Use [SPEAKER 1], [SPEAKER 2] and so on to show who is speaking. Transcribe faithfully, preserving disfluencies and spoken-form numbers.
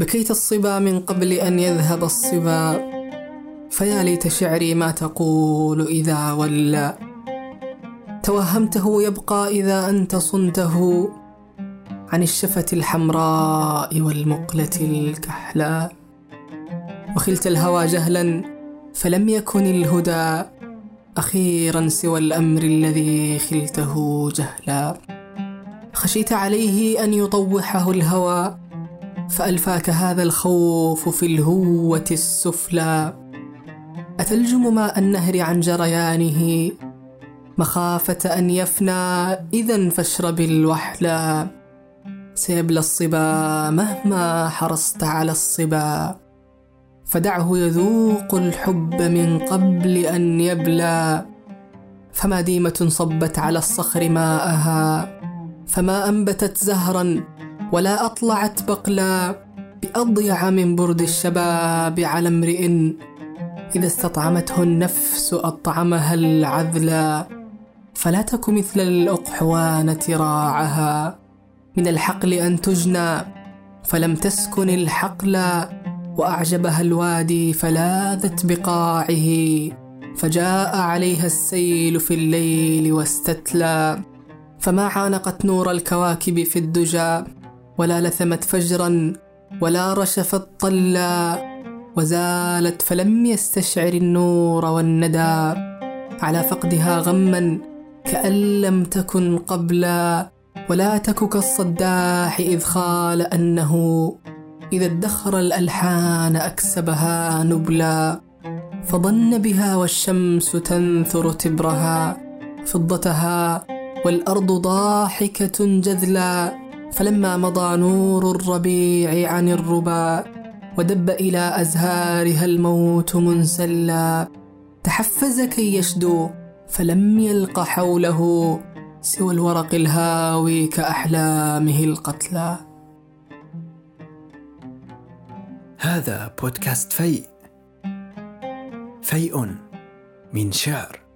[SPEAKER 1] بكيت الصبا من قبل أن يذهب الصبا، فيا ليت شعري ما تقول إذا ولى. توهمته يبقى إذا أنت صنته عن الشفة الحمراء والمقلة الكحلاء. وخلت الهوى جهلا فلم يكن الهدى أخيرا سوى الأمر الذي خلته جهلا. خشيت عليه أن يطوحه الهوى فألفاك هذا الخوف في الهوة السفلى. أتلجم ماء النهر عن جريانه مخافة أن يفنى، إذن فاشرب الوحلا. سيبلى الصبا مهما حرصت على الصبا، فدعه يذوق الحب من قبل أن يبلى. فما ديمة صبت على الصخر ماءها، فما أنبتت زهرا ولا أطلعت بقلا. بأضيع من برد الشباب على امرئ إذا استطعمته النفس أطعمها العذلا. فلا تك مثل الأقحوانة راعها، من الحقل أن تجنى فلم تسكن الحقل. وأعجبها الوادي فلاذت بقاعه، فجاء عليها السيل في الليل واستتلى. فما عانقت نور الكواكب في الدجى، ولا لثمت فجرا ولا رشفت طلا. وزالت فلم يستشعر النور والندى، على فقدها غما كأن لم تكن قبلا. ولا تك كالصداح إذ خال أنه إذا ادخر الألحان أكسبها نبلا. فظن بها والشمس تنثر تبرها فضتها والأرض ضاحكة جذلا. فلما مضى نور الربيع عن الربا ودب إلى أزهارها الموت منسلا، تحفز كي يشدو فلم يلق حوله سوى الورق الهاوي كأحلامه القتلى.
[SPEAKER 2] هذا بودكاست فيء، فيء من شعر.